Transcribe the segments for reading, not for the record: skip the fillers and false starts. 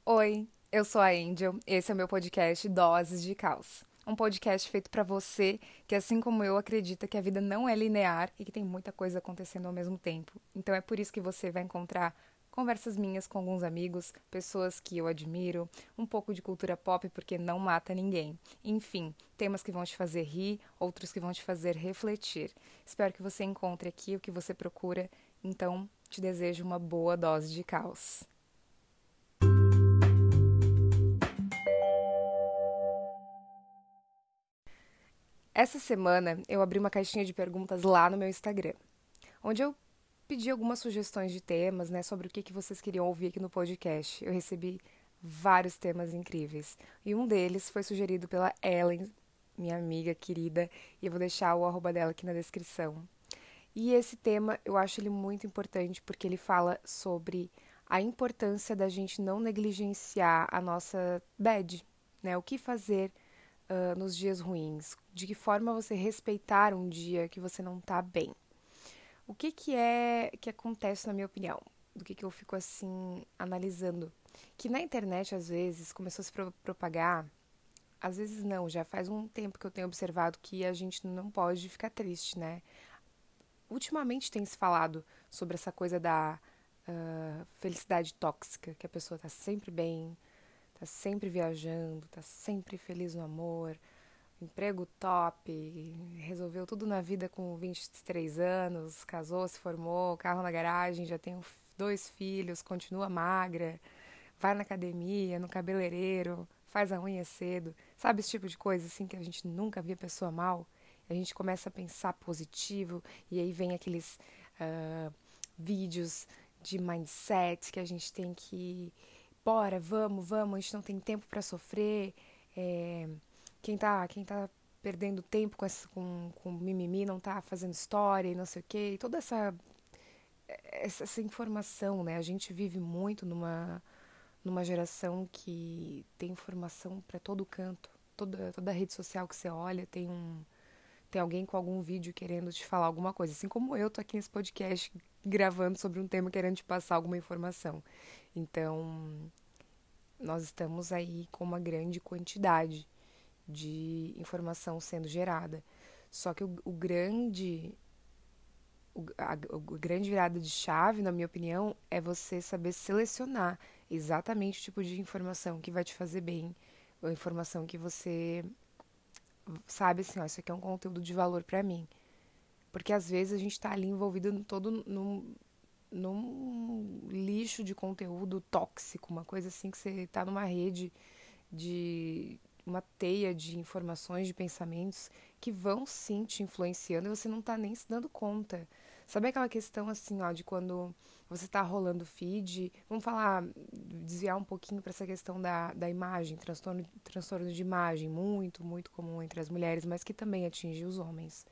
Oi, eu sou a Angel, esse é o meu podcast Doses de Caos. Um podcast feito pra você que, assim como eu, acredita que a vida não é linear e que tem muita coisa acontecendo ao mesmo tempo. Então é por isso que você vai encontrar conversas minhas com alguns amigos, pessoas que eu admiro, um pouco de cultura pop porque não mata ninguém. Enfim, temas que vão te fazer rir, outros que vão te fazer refletir. Espero que você encontre aqui o que você procura, então te desejo uma boa dose de caos. Essa semana eu abri uma caixinha de perguntas lá no meu Instagram, onde eu pedi algumas sugestões de temas, né, sobre o que vocês queriam ouvir aqui no podcast. Eu recebi vários temas incríveis e um deles foi sugerido pela Ellen, minha amiga querida, e eu vou deixar o arroba dela aqui na descrição. E esse tema eu acho ele muito importante porque ele fala sobre a importância da gente não negligenciar a nossa bad, né? O que fazer nos dias ruins? De que forma você respeitar um dia que você não tá bem? O que é que acontece, na minha opinião? Do que eu fico assim analisando? Que na internet, às vezes, começou a se propagar, às vezes não, já faz um tempo que eu tenho observado que a gente não pode ficar triste, né? Ultimamente tem se falado sobre essa coisa da felicidade tóxica, que a pessoa tá sempre bem, tá sempre viajando, tá sempre feliz no amor, emprego top, resolveu tudo na vida com 23 anos, casou, se formou, carro na garagem, já tem dois filhos, continua magra, vai na academia, no cabeleireiro, faz a unha cedo. Sabe esse tipo de coisa assim que a gente nunca via pessoa mal? A gente começa a pensar positivo e aí vem aqueles uh, vídeos de mindset que a gente tem que bora, vamos, a gente não tem tempo para sofrer. É, quem tá perdendo tempo com mimimi não tá fazendo história e não sei o quê. E toda essa informação, né? A gente vive muito numa geração que tem informação para todo canto. Toda rede social que você olha tem alguém com algum vídeo querendo te falar alguma coisa. Assim como eu tô aqui nesse podcast gravando sobre um tema querendo te passar alguma informação. Então, nós estamos aí com uma grande quantidade de informação sendo gerada. Só que a grande virada de chave, na minha opinião, é você saber selecionar exatamente o tipo de informação que vai te fazer bem, ou a informação que você sabe assim, ó, isso aqui é um conteúdo de valor para mim. Porque às vezes a gente tá ali envolvido num lixo de conteúdo tóxico, uma coisa assim que você tá numa rede de uma teia de informações, de pensamentos que vão sim te influenciando e você não tá nem se dando conta. Sabe aquela questão assim, ó, de quando você tá rolando feed, vamos falar, desviar um pouquinho para essa questão da imagem, transtorno de imagem, muito comum entre as mulheres, mas que também atinge os homens.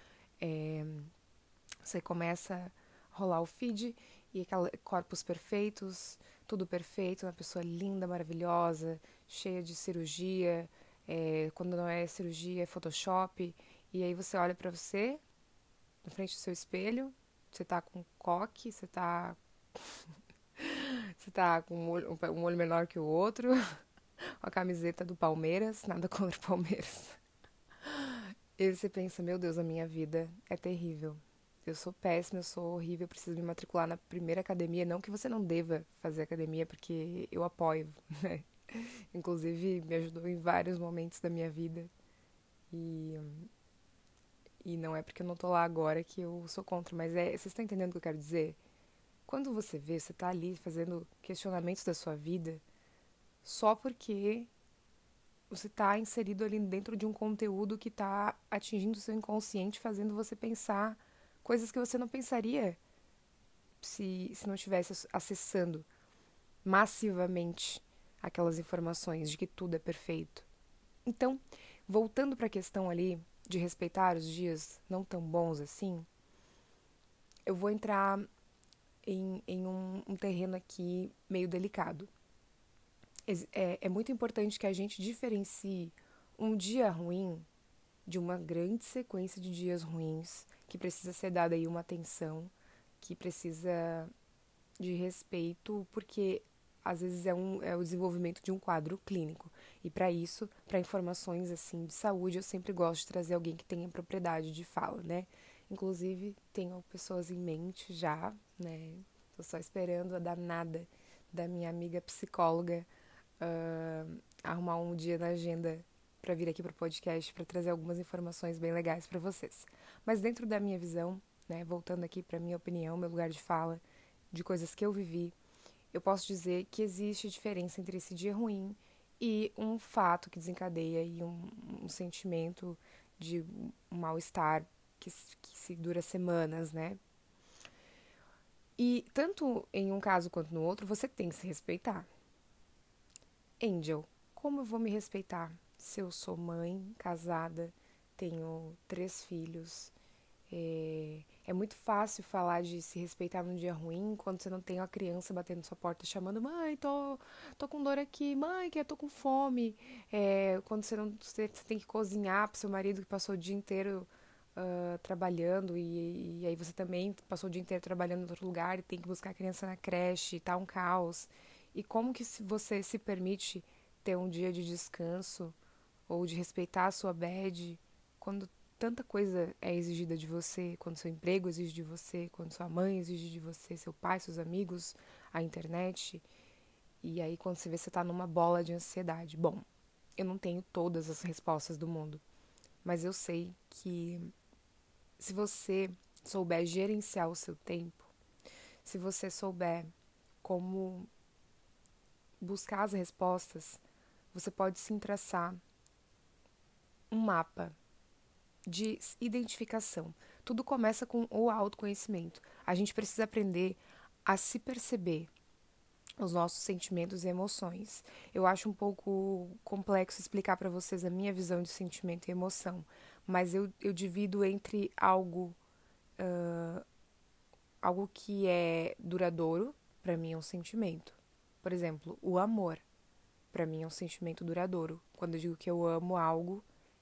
Você começa a rolar o feed e corpos perfeitos, tudo perfeito, uma pessoa linda, maravilhosa, cheia de cirurgia, quando não é cirurgia é Photoshop, e aí você olha pra você, na frente do seu espelho, você tá com coque, você tá com um olho menor que o outro, a camiseta do Palmeiras, nada contra o Palmeiras. E você pensa, meu Deus, a minha vida é terrível. Eu sou péssima, eu sou horrível, eu preciso me matricular na primeira academia. Não que você não deva fazer academia, porque eu apoio, né? Inclusive, me ajudou em vários momentos da minha vida. E, e não é porque eu não tô lá agora que eu sou contra, mas vocês estão entendendo o que eu quero dizer? Quando você vê, você tá ali fazendo questionamentos da sua vida só porque você tá inserido ali dentro de um conteúdo que tá atingindo o seu inconsciente, fazendo você pensar coisas que você não pensaria se não estivesse acessando massivamente aquelas informações de que tudo é perfeito. Então, voltando para a questão ali de respeitar os dias não tão bons assim, eu vou entrar em um terreno aqui meio delicado. É muito importante que a gente diferencie um dia ruim de uma grande sequência de dias ruins que precisa ser dada aí uma atenção, que precisa de respeito, porque às vezes é o desenvolvimento de um quadro clínico. E para isso, para informações assim de saúde, eu sempre gosto de trazer alguém que tenha propriedade de fala, né? Inclusive, tenho pessoas em mente já, né? Tô só esperando a danada da minha amiga psicóloga arrumar um dia na agenda para vir aqui para o podcast para trazer algumas informações bem legais para vocês. Mas dentro da minha visão, né, voltando aqui para minha opinião, meu lugar de fala, de coisas que eu vivi, eu posso dizer que existe diferença entre esse dia ruim e um fato que desencadeia e um sentimento de um mal-estar que se dura semanas, né? E tanto em um caso quanto no outro, você tem que se respeitar. Angel, como eu vou me respeitar se eu sou mãe, casada, tenho 3 filhos? É muito fácil falar de se respeitar num dia ruim quando você não tem uma criança batendo na sua porta chamando: mãe, tô com dor aqui, mãe, que eu tô com fome. Quando você tem que cozinhar pro seu marido que passou o dia inteiro trabalhando e aí você também passou o dia inteiro trabalhando em outro lugar e tem que buscar a criança na creche, tá um caos. E como que você se permite ter um dia de descanso ou de respeitar a sua bed quando tanta coisa é exigida de você, quando seu emprego exige de você, quando sua mãe exige de você, seu pai, seus amigos, a internet, e aí quando você vê você tá numa bola de ansiedade. Bom, eu não tenho todas as respostas do mundo, mas eu sei que se você souber gerenciar o seu tempo, se você souber como buscar as respostas, você pode sim traçar um mapa de identificação. Tudo começa com o autoconhecimento. A gente precisa aprender a se perceber, os nossos sentimentos e emoções. Eu acho um pouco complexo explicar para vocês a minha visão de sentimento e emoção, mas eu divido entre algo que é duradouro, para mim é um sentimento. Por exemplo, o amor, para mim é um sentimento duradouro. Quando eu digo que eu amo algo,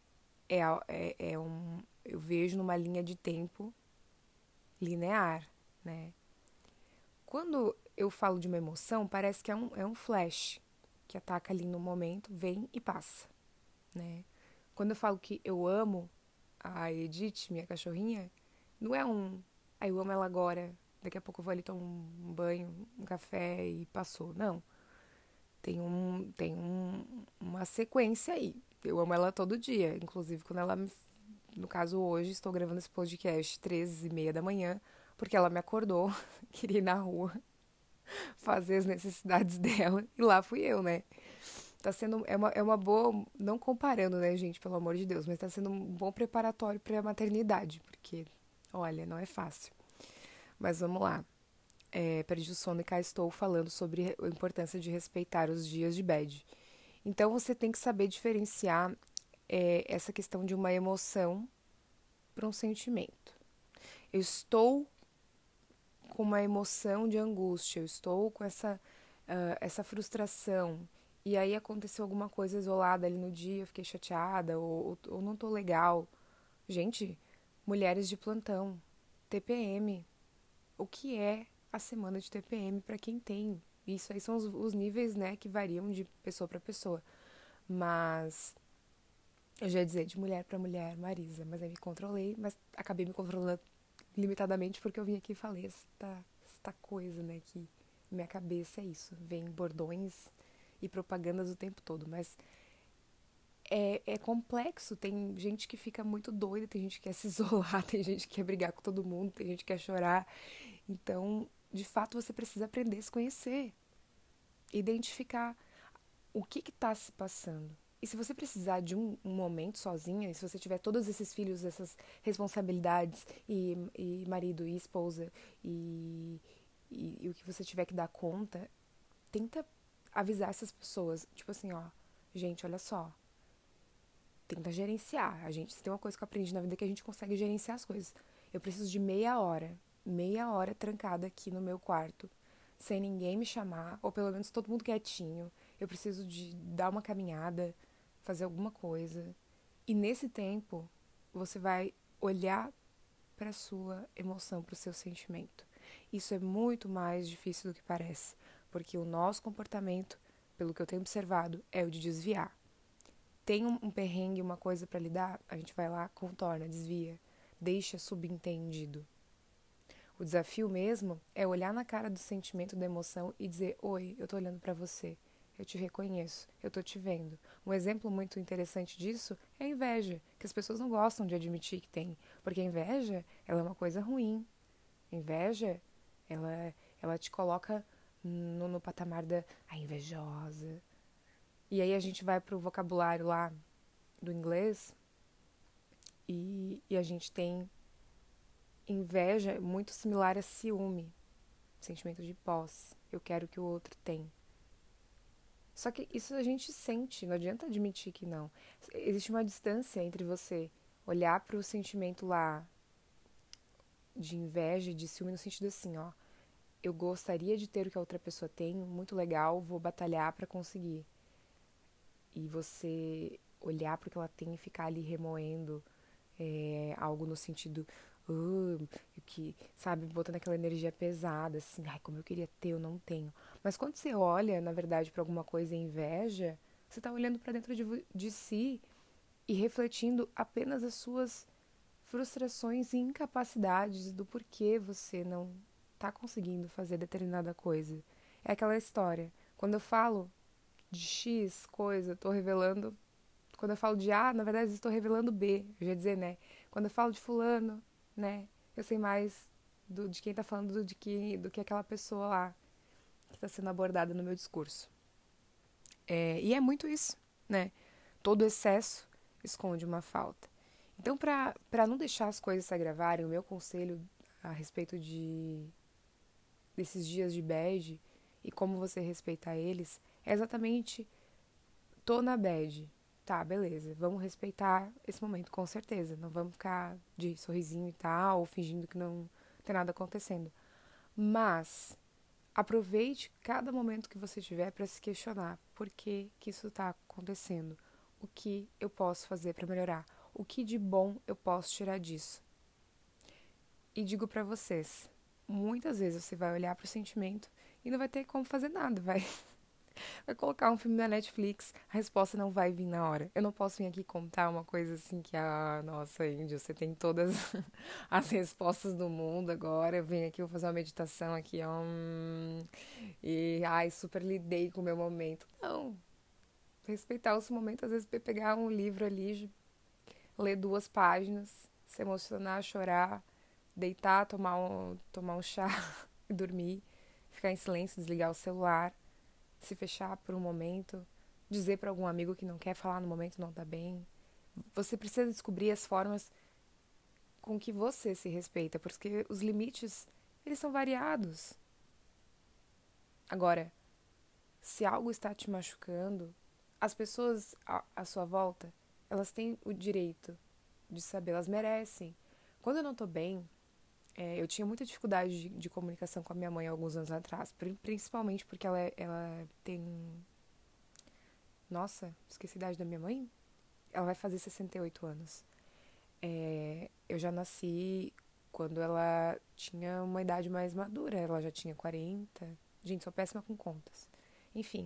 eu vejo numa linha de tempo linear, né? Quando eu falo de uma emoção, parece que é um flash que ataca ali no momento, vem e passa, né? Quando eu falo que eu amo a Edith, minha cachorrinha, não é eu amo ela agora, daqui a pouco eu vou ali tomar um banho, um café e passou. Não. Uma sequência aí. Eu amo ela todo dia, inclusive quando no caso hoje, estou gravando esse podcast 13h30 da manhã, porque ela me acordou, queria ir na rua fazer as necessidades dela, e lá fui eu, né? Tá sendo, é uma boa, não comparando, né, gente, pelo amor de Deus, mas tá sendo um bom preparatório para a maternidade, porque, olha, não é fácil. Mas vamos lá. Perdi o sono e cá estou falando sobre a importância de respeitar os dias de bad. Então você tem que saber diferenciar essa questão de uma emoção para um sentimento. Eu estou com uma emoção de angústia, eu estou com essa frustração. E aí aconteceu alguma coisa isolada ali no dia, eu fiquei chateada ou não tô legal. Gente, mulheres de plantão, TPM. O que é a semana de TPM para quem tem? Isso aí são os níveis, né, que variam de pessoa para pessoa. Mas eu já ia dizer de mulher para mulher, Marisa, mas aí me controlei, mas acabei me controlando limitadamente porque eu vim aqui e falei esta coisa, né, que minha cabeça é isso, vem bordões e propagandas o tempo todo, mas é complexo, tem gente que fica muito doida, tem gente que quer se isolar, tem gente que quer brigar com todo mundo, tem gente que quer chorar, então, de fato, você precisa aprender a se conhecer, identificar o que está se passando. E se você precisar de um momento sozinha, e se você tiver todos esses filhos, essas responsabilidades, e marido, e esposa, e o que você tiver que dar conta, tenta avisar essas pessoas. Tipo assim, ó, gente, olha só, tenta gerenciar. Se tem uma coisa que eu aprendi na vida é que a gente consegue gerenciar as coisas. Eu preciso de meia hora trancada aqui no meu quarto, sem ninguém me chamar, ou pelo menos todo mundo quietinho. Eu preciso de dar uma caminhada, fazer alguma coisa. E nesse tempo, você vai olhar para a sua emoção, para o seu sentimento. Isso é muito mais difícil do que parece, porque o nosso comportamento, pelo que eu tenho observado, é o de desviar. Tem um perrengue, uma coisa para lidar, a gente vai lá, contorna, desvia, deixa subentendido. O desafio mesmo é olhar na cara do sentimento, da emoção e dizer: oi, eu tô olhando para você, eu te reconheço, eu tô te vendo. Um exemplo muito interessante disso é a inveja, que as pessoas não gostam de admitir que tem, porque a inveja, ela é uma coisa ruim. A inveja, ela te coloca no patamar da invejosa. E aí a gente vai pro vocabulário lá do inglês e a gente tem inveja muito similar a ciúme, sentimento de posse. Eu quero que o outro tenha. Só que isso a gente sente, não adianta admitir que não. Existe uma distância entre você olhar para o sentimento lá de inveja, de ciúme, no sentido assim, ó, eu gostaria de ter o que a outra pessoa tem, muito legal, vou batalhar para conseguir. E você olhar para o que ela tem e ficar ali remoendo algo no sentido que, sabe, botando aquela energia pesada, assim, ai, como eu queria ter, eu não tenho. Mas quando você olha, na verdade, para alguma coisa e inveja, você está olhando para dentro de si e refletindo apenas as suas frustrações e incapacidades do porquê você não está conseguindo fazer determinada coisa. É aquela história. Quando eu falo de X coisa, eu tô revelando. Quando eu falo de A, na verdade, eu estou revelando B. Eu já dizer, né? Quando eu falo de fulano, né? Eu sei mais de quem tá falando do que aquela pessoa lá que está sendo abordada no meu discurso. E é muito isso, né? Todo excesso esconde uma falta. Então, para não deixar as coisas se agravarem, o meu conselho a respeito desses dias de bad e como você respeitar eles é exatamente: tô na bad. Tá, beleza. Vamos respeitar esse momento, com certeza. Não vamos ficar de sorrisinho e tal, ou fingindo que não tem nada acontecendo. Mas aproveite cada momento que você tiver para se questionar por que isso está acontecendo. O que eu posso fazer para melhorar? O que de bom eu posso tirar disso? E digo para vocês, muitas vezes você vai olhar para o sentimento e não vai ter como fazer nada, vai colocar um filme na Netflix, a resposta não vai vir na hora. Eu não posso vir aqui contar uma coisa assim que, nossa, Índio, você tem todas as respostas do mundo agora. Eu venho aqui, vou fazer uma meditação aqui, super lidei com o meu momento. Não, respeitar esse momento, às vezes pegar um livro ali, ler 2 páginas, se emocionar, chorar, deitar, tomar um chá e dormir, ficar em silêncio, desligar o celular, se fechar por um momento, dizer para algum amigo que não quer falar no momento, não tá bem. Você precisa descobrir as formas com que você se respeita, porque os limites, eles são variados. Agora, se algo está te machucando, as pessoas à sua volta, elas têm o direito de saber, elas merecem. Quando eu não tô bem, eu tinha muita dificuldade de comunicação com a minha mãe alguns anos atrás, principalmente porque ela tem... Nossa, esqueci a idade da minha mãe? Ela vai fazer 68 anos. Eu já nasci quando ela tinha uma idade mais madura, ela já tinha 40. Gente, sou péssima com contas. Enfim,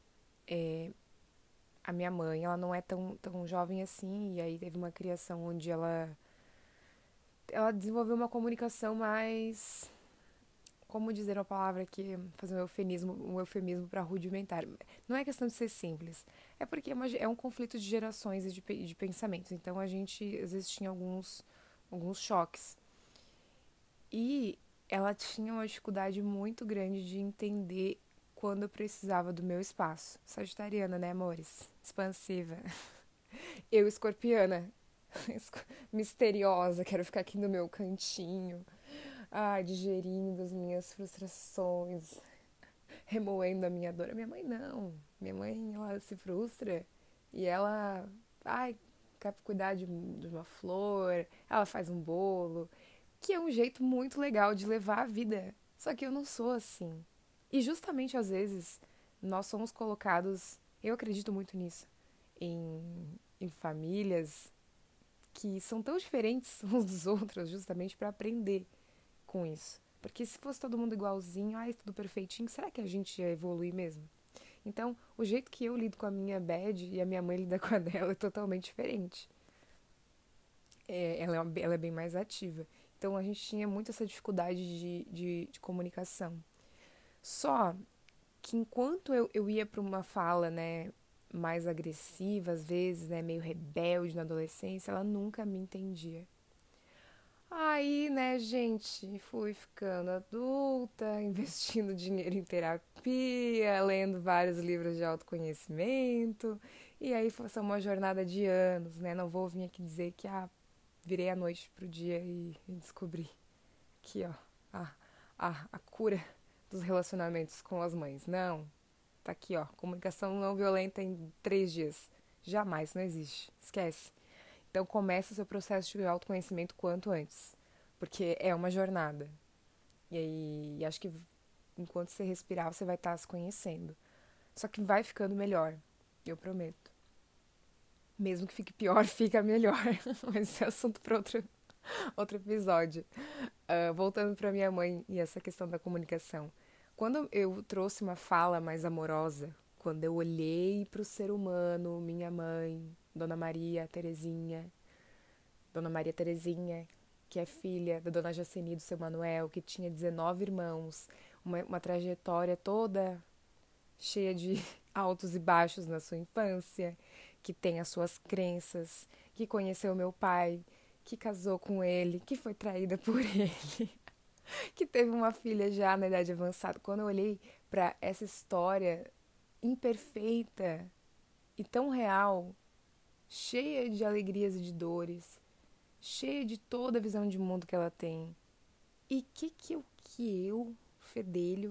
a minha mãe, ela não é tão jovem assim, e aí teve uma criação onde ela desenvolveu uma comunicação mais, como dizer uma palavra aqui, fazer um eufemismo para rudimentar. Não é questão de ser simples, é porque é um conflito de gerações e de pensamentos. Então a gente às vezes tinha alguns choques. E ela tinha uma dificuldade muito grande de entender quando eu precisava do meu espaço. Sagitariana, né, amores? Expansiva. Eu, escorpiana, misteriosa, quero ficar aqui no meu cantinho, digerindo as minhas frustrações, remoendo a minha dor. A minha mãe não. Minha mãe, ela se frustra e ela, quer cuidar de uma flor, ela faz um bolo, que é um jeito muito legal de levar a vida. Só que eu não sou assim. E justamente às vezes nós somos colocados, eu acredito muito nisso, em famílias que são tão diferentes uns dos outros justamente para aprender com isso. Porque se fosse todo mundo igualzinho, ai, tudo perfeitinho, será que a gente ia evoluir mesmo? Então, o jeito que eu lido com a minha bad e a minha mãe lida com a dela é totalmente diferente. Ela é bem mais ativa. Então, a gente tinha muito essa dificuldade de comunicação. Só que enquanto eu ia para uma fala, né, mais agressiva, às vezes, né, meio rebelde na adolescência, ela nunca me entendia. Aí, né, gente, fui ficando adulta, investindo dinheiro em terapia, lendo vários livros de autoconhecimento. E aí foi uma jornada de anos, né? Não vou vir aqui dizer que virei a noite pro dia e descobri aqui, ó, a, a cura dos relacionamentos com as mães. Não, tá aqui, ó, comunicação não violenta em 3 dias. Jamais, não existe. Esquece. Então comece o seu processo de autoconhecimento quanto antes, porque é uma jornada. E aí acho que enquanto você respirar, você vai estar se conhecendo. Só que vai ficando melhor, eu prometo. Mesmo que fique pior, fica melhor. Mas esse é assunto para outro episódio. Voltando para minha mãe e essa questão da comunicação. Quando eu trouxe uma fala mais amorosa, quando eu olhei para o ser humano, minha mãe, Dona Maria Terezinha, que é filha da Dona Jaceni do seu Manuel, que tinha 19 irmãos, uma trajetória toda cheia de altos e baixos na sua infância, que tem as suas crenças, que conheceu meu pai, que casou com ele, que foi traída por ele, que teve uma filha já na idade avançada. Quando eu olhei para essa história imperfeita e tão real, cheia de alegrias e de dores, cheia de toda a visão de mundo que ela tem. E que eu, fedelho,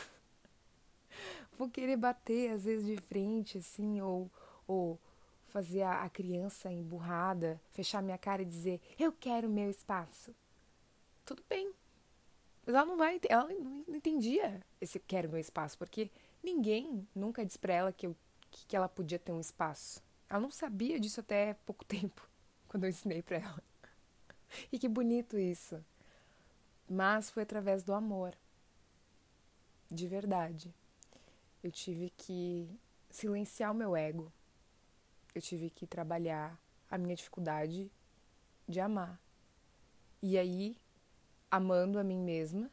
vou querer bater às vezes de frente, assim, ou fazer a criança emburrada, fechar minha cara e dizer, eu quero meu espaço. Tudo bem. Mas ela não entendia esse quero meu espaço, porque ninguém nunca disse pra ela que ela podia ter um espaço. Ela não sabia disso até pouco tempo, quando eu ensinei pra ela. E que bonito isso. Mas foi através do amor, de verdade. Eu tive que silenciar o meu ego. Eu tive que trabalhar a minha dificuldade de amar. E aí, amando a mim mesma,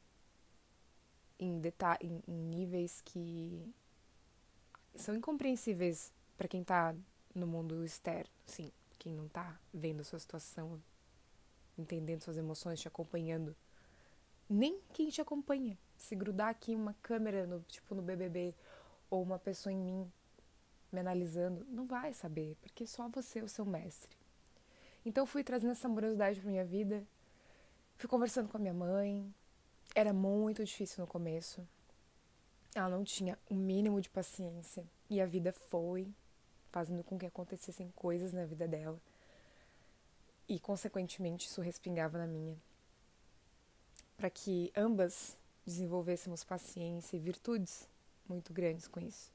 em níveis que são incompreensíveis para quem tá no mundo externo, sim. Quem não tá vendo a sua situação, entendendo suas emoções, te acompanhando. Nem quem te acompanha. Se grudar aqui uma câmera, tipo no BBB, ou uma pessoa em mim me analisando, não vai saber, porque só você é o seu mestre. Então fui trazendo essa amorosidade pra minha vida, fui conversando com a minha mãe, era muito difícil no começo, ela não tinha o mínimo de paciência, e a vida foi fazendo com que acontecessem coisas na vida dela, e consequentemente isso respingava na minha, para que ambas desenvolvêssemos paciência e virtudes muito grandes com isso.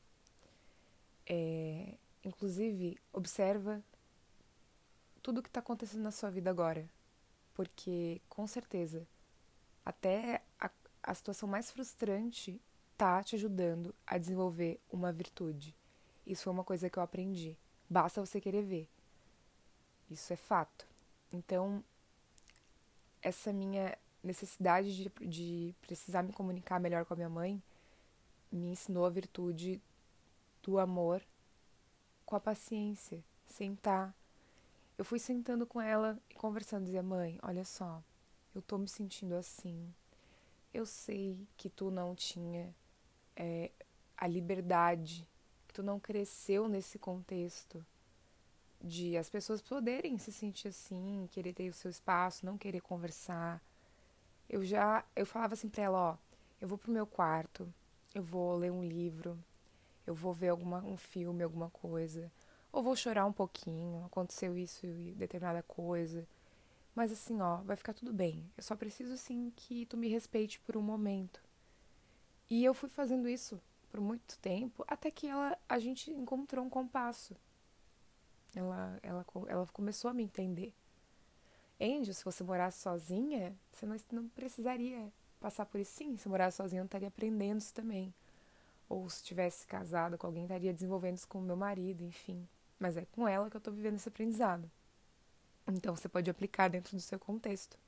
Inclusive, observa tudo o que está acontecendo na sua vida agora, porque com certeza até a situação mais frustrante tá te ajudando a desenvolver uma virtude. Isso foi uma coisa que eu aprendi. Basta você querer ver. Isso é fato. Então, essa minha necessidade de precisar me comunicar melhor com a minha mãe me ensinou a virtude do amor com a paciência. Sentar. Eu fui sentando com ela e conversando, dizia, mãe, olha só, eu tô me sentindo assim. Eu sei que tu não tinha a liberdade, que tu não cresceu nesse contexto de as pessoas poderem se sentir assim, querer ter o seu espaço, não querer conversar. Eu falava assim pra ela, ó, eu vou pro meu quarto, eu vou ler um livro, eu vou ver um filme, alguma coisa, ou vou chorar um pouquinho, aconteceu isso e determinada coisa. Mas assim, ó, vai ficar tudo bem. Eu só preciso, assim, que tu me respeite por um momento. E eu fui fazendo isso por muito tempo, até que a gente encontrou um compasso. Ela começou a me entender. Angel, se você morasse sozinha, você não precisaria passar por isso sim. Se eu morasse sozinha, eu não estaria aprendendo isso também. Ou se tivesse casado com alguém, estaria desenvolvendo isso com o meu marido, enfim. Mas é com ela que eu tô vivendo esse aprendizado. Então você pode aplicar dentro do seu contexto.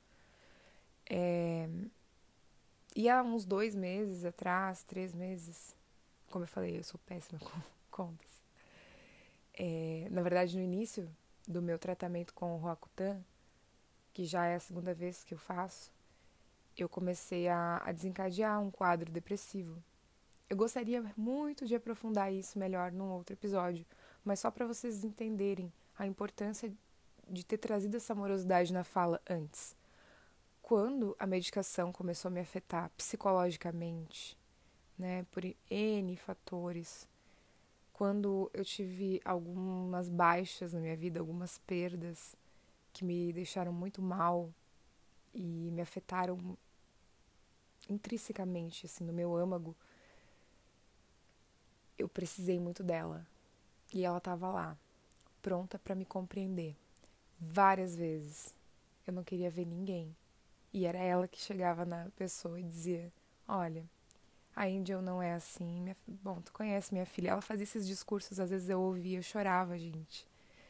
E há uns 2 meses atrás, 3 meses, como eu falei, eu sou péssima com contas. Na verdade, no início do meu tratamento com o Roacutan, que já é a segunda vez que eu faço, eu comecei a desencadear um quadro depressivo. Eu gostaria muito de aprofundar isso melhor num outro episódio, mas só para vocês entenderem a importância de ter trazido essa amorosidade na fala antes. Quando a medicação começou a me afetar psicologicamente, né, por N fatores, quando eu tive algumas baixas na minha vida, algumas perdas que me deixaram muito mal e me afetaram intrinsecamente, assim, no meu âmago, eu precisei muito dela. E ela estava lá, pronta para me compreender. Várias vezes. Eu não queria ver ninguém. E era ela que chegava na pessoa e dizia: Olha, a Angel não é assim. Bom, tu conhece minha filha. Ela fazia esses discursos, às vezes eu ouvia, eu chorava, gente.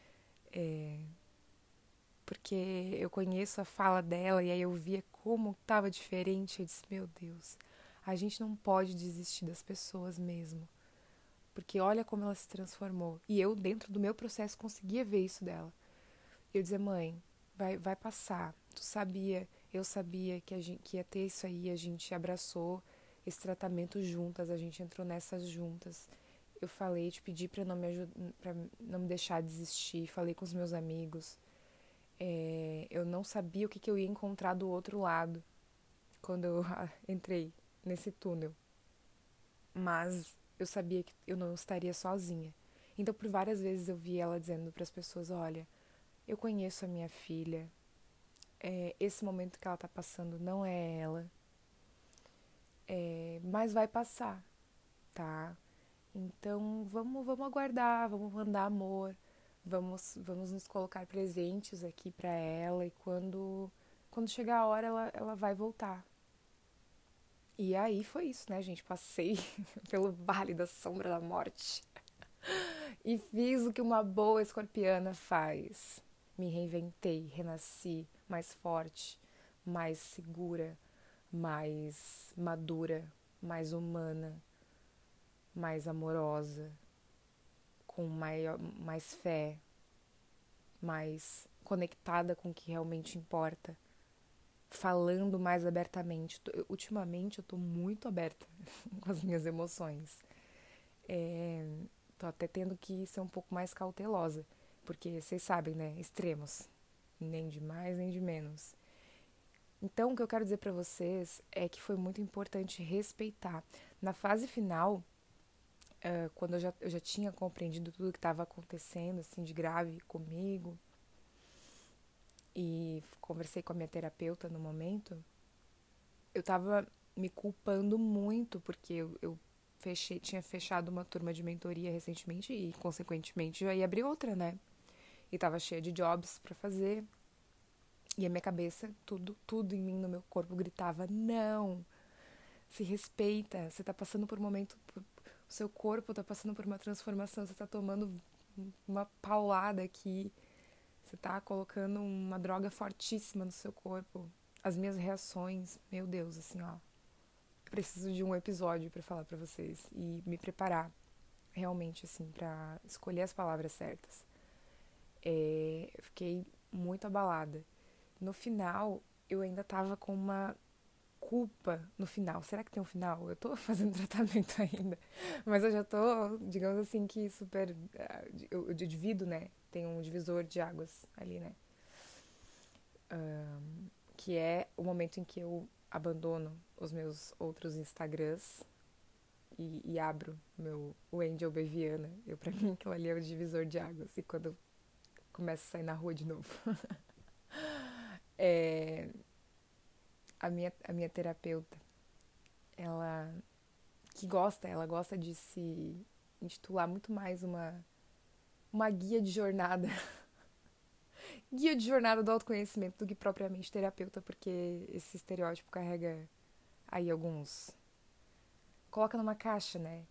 Porque eu conheço a fala dela e aí eu via como estava diferente. Eu disse: Meu Deus, a gente não pode desistir das pessoas mesmo. Porque olha como ela se transformou. E eu, dentro do meu processo, conseguia ver isso dela. Eu dizia: Mãe, vai passar. Tu sabia, eu sabia que, que ia ter isso aí. A gente abraçou esse tratamento juntas, a gente entrou nessas juntas. Eu falei, te pedi pra não me ajudar, para não me deixar desistir. Falei com os meus amigos. Eu não sabia o que eu ia encontrar do outro lado quando eu entrei nesse túnel. Mas eu sabia que eu não estaria sozinha. Então, por várias vezes eu vi ela dizendo para as pessoas: Olha, eu conheço a minha filha, esse momento que ela tá passando não é ela, mas vai passar, tá? Então, vamos aguardar, vamos mandar amor, vamos nos colocar presentes aqui para ela e quando chegar a hora ela vai voltar. E aí foi isso, né, gente? Passei pelo vale da sombra da morte e fiz o que uma boa escorpiana faz. Me reinventei, renasci mais forte, mais segura, mais madura, mais humana, mais amorosa, com mais fé, mais conectada com o que realmente importa, falando mais abertamente. Ultimamente eu tô muito aberta com as minhas emoções. Tô até tendo que ser um pouco mais cautelosa, porque vocês sabem, né? Extremos. Nem de mais, nem de menos. Então, o que eu quero dizer pra vocês é que foi muito importante respeitar. Na fase final, quando eu já tinha compreendido tudo que estava acontecendo, assim, de grave comigo, e conversei com a minha terapeuta no momento, eu tava me culpando muito, porque eu tinha fechado uma turma de mentoria recentemente e, consequentemente, já ia abrir outra, né? E tava cheia de jobs pra fazer. E a minha cabeça, tudo em mim, no meu corpo, gritava: Não! Se respeita, você tá passando por um momento, o seu corpo tá passando por uma transformação, você tá tomando uma paulada aqui, você tá colocando uma droga fortíssima no seu corpo. As minhas reações, meu Deus, assim, ó, preciso de um episódio pra falar pra vocês e me preparar realmente, assim, pra escolher as palavras certas. Eu fiquei muito abalada. No final, eu ainda tava com uma culpa no final. Será que tem um final? Eu tô fazendo tratamento ainda, mas eu já tô, digamos assim, que super. Eu divido, né? Tem um divisor de águas ali, né? Que é o momento em que eu abandono os meus outros Instagrams e abro o Angel Beviana. Pra mim, aquilo ali é o divisor de águas. E quando eu começo a sair na rua de novo. é, a minha terapeuta, ela ela gosta de se intitular muito mais uma guia de jornada, guia de jornada do autoconhecimento do que propriamente terapeuta, porque esse estereótipo carrega aí alguns. Coloca numa caixa, né?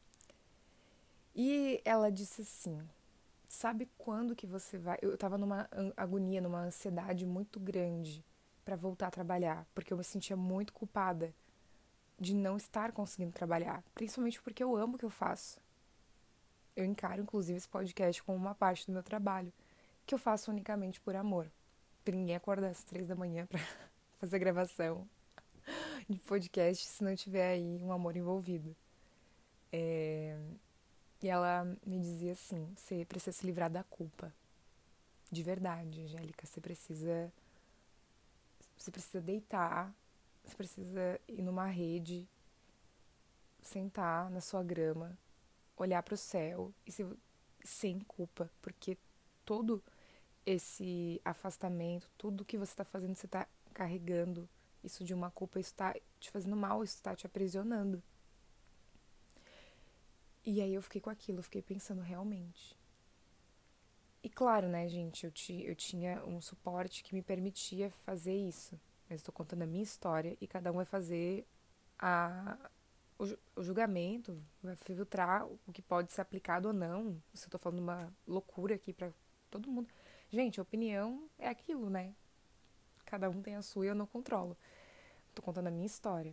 E ela disse assim: sabe quando que você vai? Eu tava numa agonia, numa ansiedade muito grande pra voltar a trabalhar, porque eu me sentia muito culpada de não estar conseguindo trabalhar, principalmente porque eu amo o que eu faço. Eu encaro, inclusive, esse podcast como uma parte do meu trabalho, que eu faço unicamente por amor. Pra ninguém acordar às 3 da manhã pra fazer gravação de podcast se não tiver aí um amor envolvido. E ela me dizia assim: você precisa se livrar da culpa. De verdade, Angélica, você precisa deitar, você precisa ir numa rede, sentar na sua grama, olhar para o céu e sem culpa, porque todo esse afastamento, tudo que você está fazendo, você está carregando isso de uma culpa, isso está te fazendo mal, isso está te aprisionando. E aí eu fiquei com aquilo, eu fiquei pensando realmente. E claro, né, gente, eu tinha um suporte que me permitia fazer isso. Mas estou contando a minha história e cada um vai fazer a, o julgamento, vai filtrar o que pode ser aplicado ou não. Se eu tô falando uma loucura aqui pra todo mundo. Gente, a opinião é aquilo, né? Cada um tem a sua e eu não controlo. Tô contando a minha história.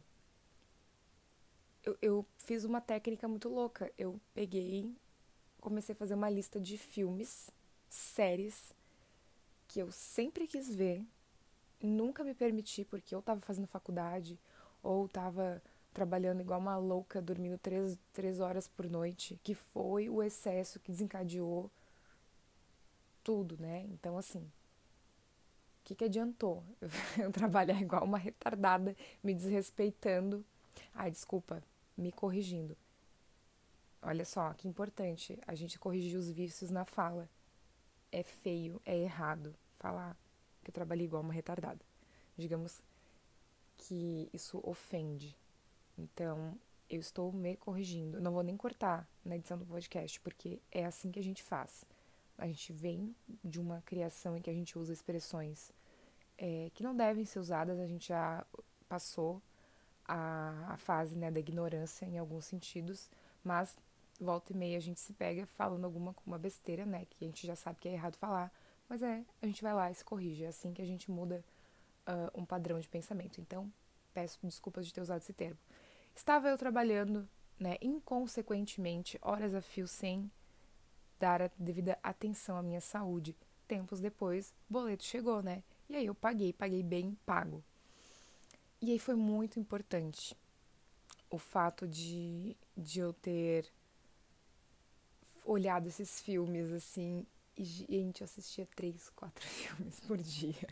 Eu fiz uma técnica muito louca. Eu peguei, comecei a fazer uma lista de filmes, séries que eu sempre quis ver, nunca me permiti porque eu tava fazendo faculdade ou tava trabalhando igual uma louca, dormindo 3 horas por noite, que foi o excesso que desencadeou tudo, né? Então, assim, o que adiantou eu trabalhar igual uma retardada, me desrespeitando? Ai, desculpa, me corrigindo. Olha só, que importante a gente corrigir os vícios na fala. É feio, é errado falar que eu trabalhei igual uma retardada. Digamos que isso ofende. Então, eu estou me corrigindo. Não vou nem cortar na edição do podcast, porque é assim que a gente faz. A gente vem de uma criação em que a gente usa expressões que não devem ser usadas, a gente já passou a fase, né, da ignorância em alguns sentidos, mas volta e meia a gente se pega falando alguma uma besteira, né, que a gente já sabe que é errado falar, mas a gente vai lá e se corrige. É assim que a gente muda um padrão de pensamento. Então, peço desculpas de ter usado esse termo. Estava eu trabalhando, né, inconsequentemente, horas a fio, sem dar a devida atenção à minha saúde. Tempos depois, o boleto chegou, né? E aí eu paguei bem pago. E aí foi muito importante o fato de eu ter olhado esses filmes, assim, e, gente, eu assistia 3, 4 filmes por dia.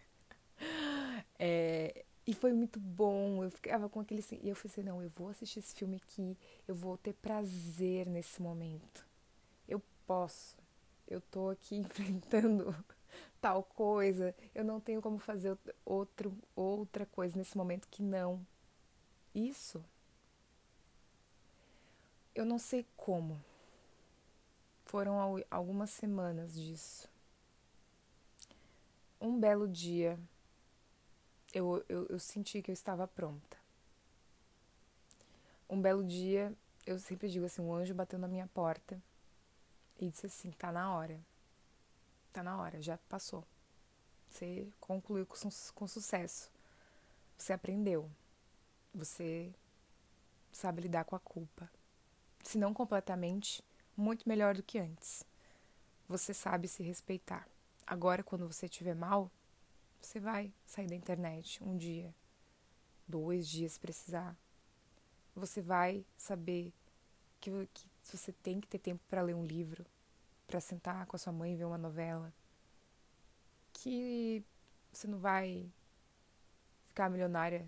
E foi muito bom, eu ficava com aquele... E eu falei assim, não, eu vou assistir esse filme aqui, eu vou ter prazer nesse momento. Eu posso. Eu tô aqui enfrentando tal coisa, eu não tenho como fazer outra coisa nesse momento que não. Isso, eu não sei como. Foram algumas semanas disso. Um belo dia, eu senti que eu estava pronta. Um belo dia, eu sempre digo assim, um anjo bateu na minha porta e disse assim, tá na hora, já passou. Você concluiu com sucesso. Você aprendeu. Você sabe lidar com a culpa. Se não completamente, muito melhor do que antes. Você sabe se respeitar. Agora, quando você estiver mal, você vai sair da internet um dia, 2 dias se precisar. Você vai saber que você tem que ter tempo para ler um livro, para sentar com a sua mãe e ver uma novela, que você não vai ficar milionária.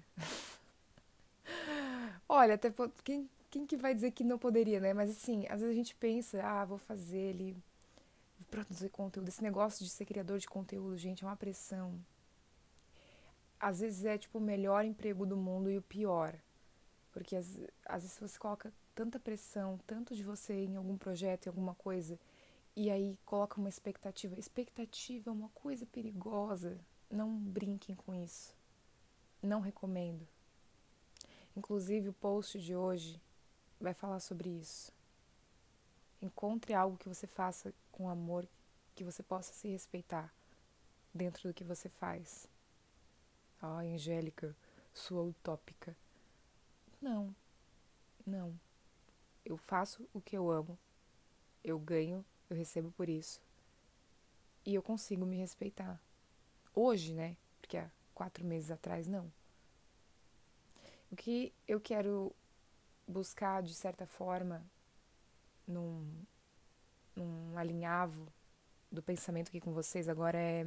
Olha, até quem que vai dizer que não poderia, né? Mas assim, às vezes a gente pensa, vou fazer ali, produzir conteúdo. Esse negócio de ser criador de conteúdo, gente, é uma pressão. Às vezes é tipo o melhor emprego do mundo e o pior. Porque às vezes você coloca tanta pressão, tanto de você em algum projeto, em alguma coisa, e aí coloca uma expectativa. Expectativa é uma coisa perigosa. Não brinquem com isso. Não recomendo. Inclusive, o post de hoje vai falar sobre isso. Encontre algo que você faça com amor, que você possa se respeitar dentro do que você faz. Angélica, sua utópica. Não, não. Eu faço o que eu amo, eu ganho, eu recebo por isso. E eu consigo me respeitar. Hoje, né? Porque há 4 meses atrás, não. O que eu quero buscar, de certa forma, num, num alinhavo do pensamento aqui com vocês agora é: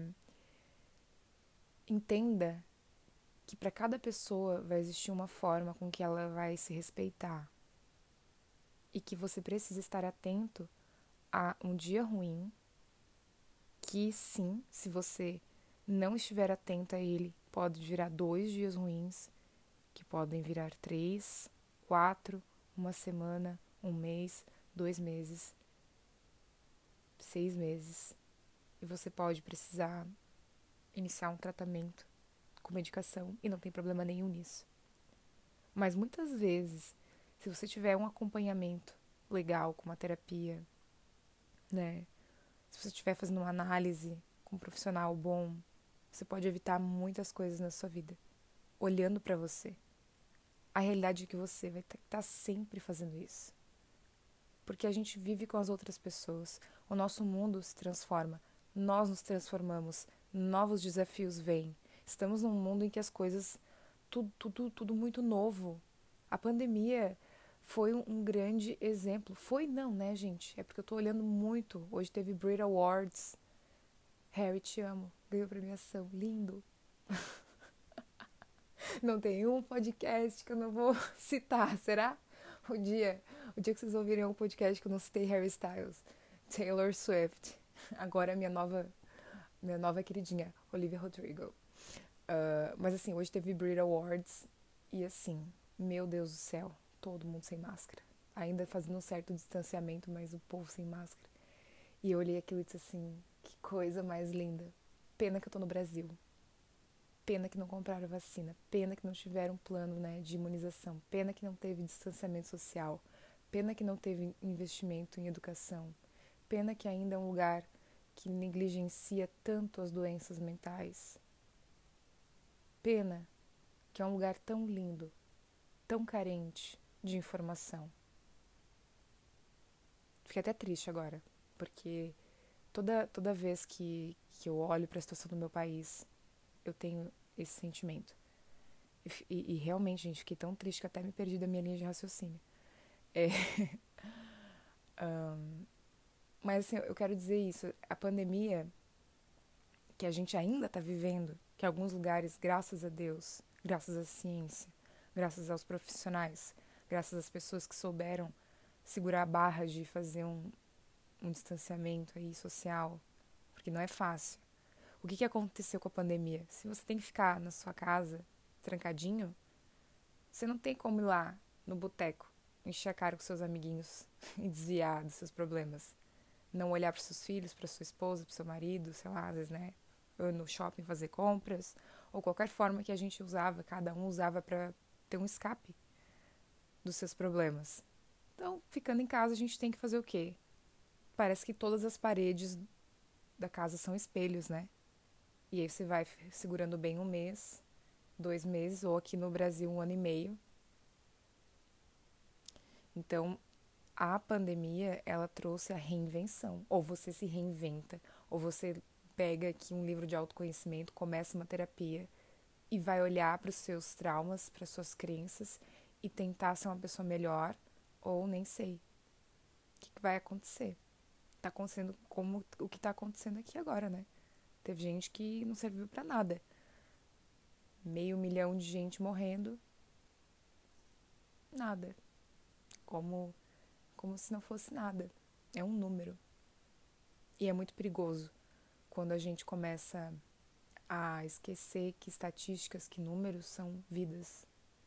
entenda que para cada pessoa vai existir uma forma com que ela vai se respeitar e que você precisa estar atento a um dia ruim, que sim, se você não estiver atento a ele, pode virar 2 dias ruins, que podem virar 3, 4, uma semana, um mês, 2 meses, 6 meses. E você pode precisar iniciar um tratamento com medicação e não tem problema nenhum nisso. Mas muitas vezes, se você tiver um acompanhamento legal com uma terapia, né? Se você estiver fazendo uma análise com um profissional bom, você pode evitar muitas coisas na sua vida, olhando para você. A realidade é que você vai estar sempre fazendo isso. Porque a gente vive com as outras pessoas, o nosso mundo se transforma, nós nos transformamos, novos desafios vêm. Estamos num mundo em que as coisas, tudo muito novo. A pandemia foi um grande exemplo. Foi não, né, gente? É porque eu tô olhando muito. Hoje teve Brit Awards. Harry, te amo. Ganhou premiação. Lindo. Não tem um podcast que eu não vou citar, será? O dia que vocês ouvirem um podcast que eu não citei Harry Styles, Taylor Swift, agora minha nova queridinha, Olivia Rodrigo. Mas assim, hoje teve Brit Awards e assim, meu Deus do céu, todo mundo sem máscara. Ainda fazendo um certo distanciamento, mas o povo sem máscara. E eu olhei aquilo e disse assim, que coisa mais linda. Pena que eu tô no Brasil. Pena que não compraram vacina, pena que não tiveram plano, né, de imunização, pena que não teve distanciamento social, pena que não teve investimento em educação, pena que ainda é um lugar que negligencia tanto as doenças mentais. Pena que é um lugar tão lindo, tão carente de informação. Fiquei até triste agora, porque toda vez que eu olho para a situação do meu país, eu tenho esse sentimento. E realmente, gente, fiquei tão triste que até me perdi da minha linha de raciocínio. É, mas assim, eu quero dizer isso. A pandemia que a gente ainda está vivendo, que alguns lugares, graças a Deus, graças à ciência, graças aos profissionais, graças às pessoas que souberam segurar a barra de fazer um distanciamento aí social, porque não é fácil. O que aconteceu com a pandemia? Se você tem que ficar na sua casa, trancadinho, você não tem como ir lá no boteco, encher a cara com seus amiguinhos e desviar dos seus problemas. Não olhar para seus filhos, para sua esposa, para seu marido, sei lá, às vezes, né? Ou no shopping fazer compras, ou qualquer forma que a gente usava, cada um usava para ter um escape dos seus problemas. Então, ficando em casa, a gente tem que fazer o quê? Parece que todas as paredes da casa são espelhos, né? E aí você vai segurando bem 1 mês, 2 meses, ou aqui no Brasil 1 ano e meio. Então, a pandemia, ela trouxe a reinvenção. Ou você se reinventa, ou você pega aqui um livro de autoconhecimento, começa uma terapia e vai olhar para os seus traumas, para suas crenças e tentar ser uma pessoa melhor, ou nem sei. O que vai acontecer? Tá acontecendo como o que tá acontecendo aqui agora, né? Teve gente que não serviu para nada. 500 mil de gente morrendo, nada. Como se não fosse nada. É um número. E é muito perigoso quando a gente começa a esquecer que estatísticas, que números são vidas.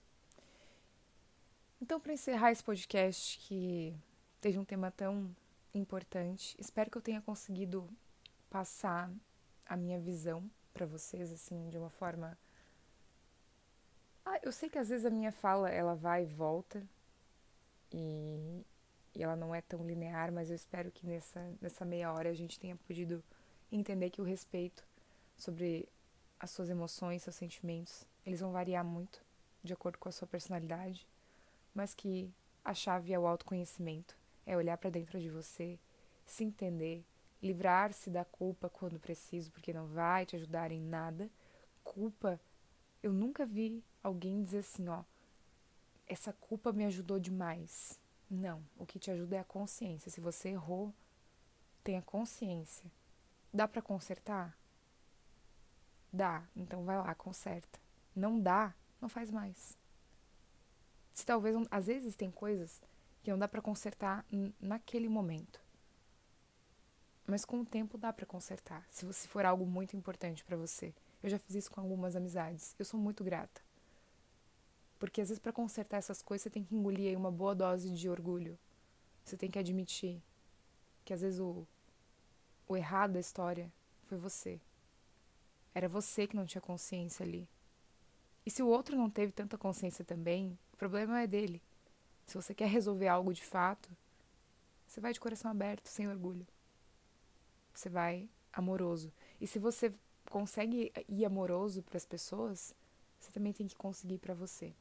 Então, para encerrar esse podcast que teve um tema tão importante, espero que eu tenha conseguido passar a minha visão para vocês, assim, de uma forma Eu sei que às vezes a minha fala, ela vai e volta, e, e ela não é tão linear, mas eu espero que nessa meia hora a gente tenha podido entender que o respeito sobre as suas emoções, seus sentimentos, eles vão variar muito de acordo com a sua personalidade, mas que a chave é o autoconhecimento, é olhar para dentro de você, se entender, livrar-se da culpa quando preciso, porque não vai te ajudar em nada. Culpa, eu nunca vi alguém dizer assim, ó, essa culpa me ajudou demais. Não, o que te ajuda é a consciência. Se você errou, tenha consciência. Dá para consertar? Dá, então vai lá, conserta. Não dá, não faz mais. Se talvez, às vezes tem coisas que não dá para consertar naquele momento, mas com o tempo dá para consertar, se você for algo muito importante para você. Eu já fiz isso com algumas amizades. Eu sou muito grata, porque às vezes para consertar essas coisas você tem que engolir aí uma boa dose de orgulho. Você tem que admitir que às vezes o errado da história foi você. Era você que não tinha consciência ali. E se o outro não teve tanta consciência também, o problema é dele. Se você quer resolver algo de fato, você vai de coração aberto, sem orgulho. Você vai amoroso. E se você consegue ir amoroso para as pessoas, você também tem que conseguir para você.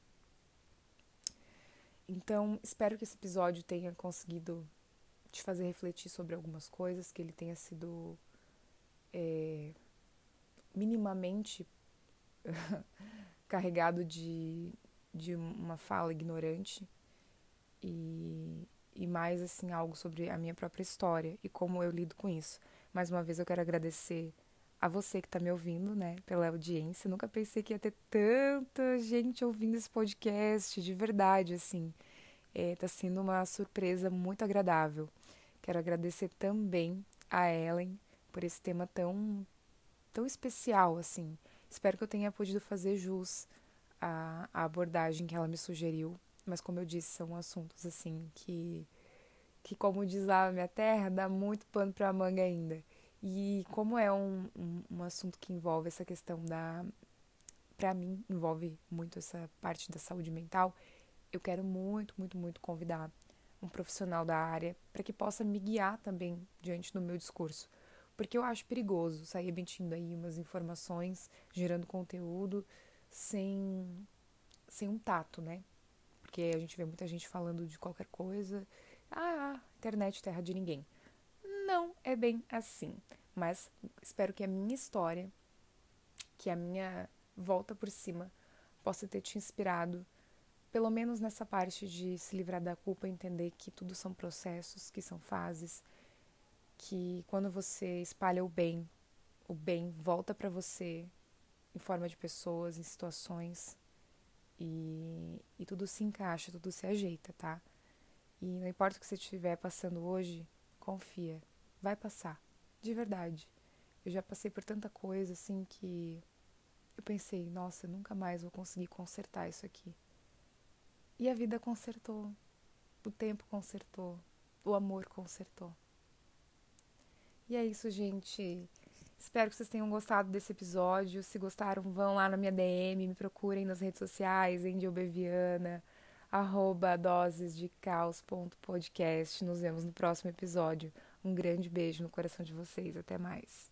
Então, espero que esse episódio tenha conseguido te fazer refletir sobre algumas coisas, que ele tenha sido minimamente carregado de uma fala ignorante e mais assim algo sobre a minha própria história e como eu lido com isso. Mais uma vez eu quero agradecer a você que está me ouvindo, né, pela audiência. Nunca pensei que ia ter tanta gente ouvindo esse podcast, de verdade, assim. Tá sendo uma surpresa muito agradável. Quero agradecer também a Ellen por esse tema tão especial, assim. Espero que eu tenha podido fazer jus à abordagem que ela me sugeriu. Mas como eu disse, são assuntos assim que como diz lá na minha terra, dá muito pano pra manga ainda. E como é um assunto que envolve essa questão pra mim, envolve muito essa parte da saúde mental, eu quero muito, muito, muito convidar um profissional da área para que possa me guiar também diante do meu discurso. Porque eu acho perigoso sair emitindo aí umas informações, gerando conteúdo sem um tato, né? Porque a gente vê muita gente falando de qualquer coisa. Internet terra de ninguém. Não é bem assim. Mas espero que a minha história, que a minha volta por cima, possa ter te inspirado, pelo menos nessa parte de se livrar da culpa, entender que tudo são processos, que são fases, que quando você espalha o bem volta para você em forma de pessoas, em situações, e tudo se encaixa, tudo se ajeita, tá? E não importa o que você estiver passando hoje, confia, vai passar, de verdade. Eu já passei por tanta coisa assim que eu pensei, nossa, eu nunca mais vou conseguir consertar isso aqui. E a vida consertou, o tempo consertou, o amor consertou. E é isso, gente. Espero que vocês tenham gostado desse episódio. Se gostaram, vão lá na minha DM, me procurem nas redes sociais, @dosesdecaos.podcast. @dosesdecaos.podcast. Nos vemos no próximo episódio. Um grande beijo no coração de vocês. Até mais.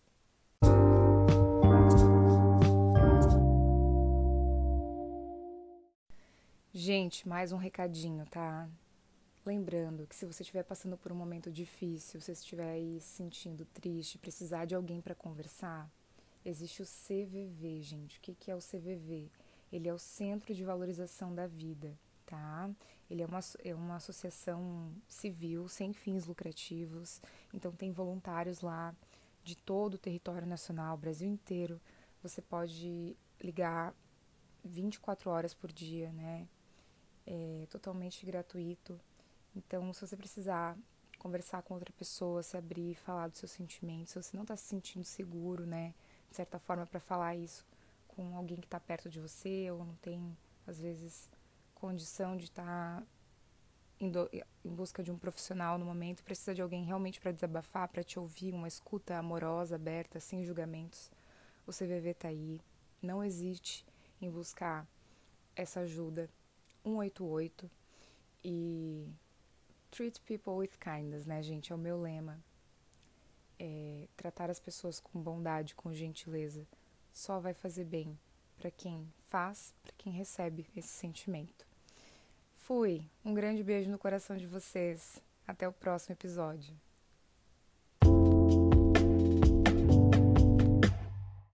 Gente, mais um recadinho, tá? Lembrando que se você estiver passando por um momento difícil, se você estiver aí se sentindo triste, precisar de alguém para conversar, existe o CVV, gente. O que é o CVV? Ele é o Centro de Valorização da Vida, tá? Ele é uma associação civil sem fins lucrativos, então tem voluntários lá de todo o território nacional, Brasil inteiro. Você pode ligar 24 horas por dia, né? É totalmente gratuito. Então, se você precisar conversar com outra pessoa, se abrir, falar dos seus sentimentos, se você não está se sentindo seguro, né, de certa forma, para falar isso com alguém que está perto de você ou não tem, às vezes, condição de estar em busca de um profissional no momento, precisa de alguém realmente para desabafar, para te ouvir, uma escuta amorosa, aberta, sem julgamentos, o CVV está aí. Não hesite em buscar essa ajuda 188 e treat people with kindness, né, gente? É o meu lema. Tratar as pessoas com bondade, com gentileza, só vai fazer bem para quem faz, para quem recebe esse sentimento. Fui! Um grande beijo no coração de vocês. Até o próximo episódio.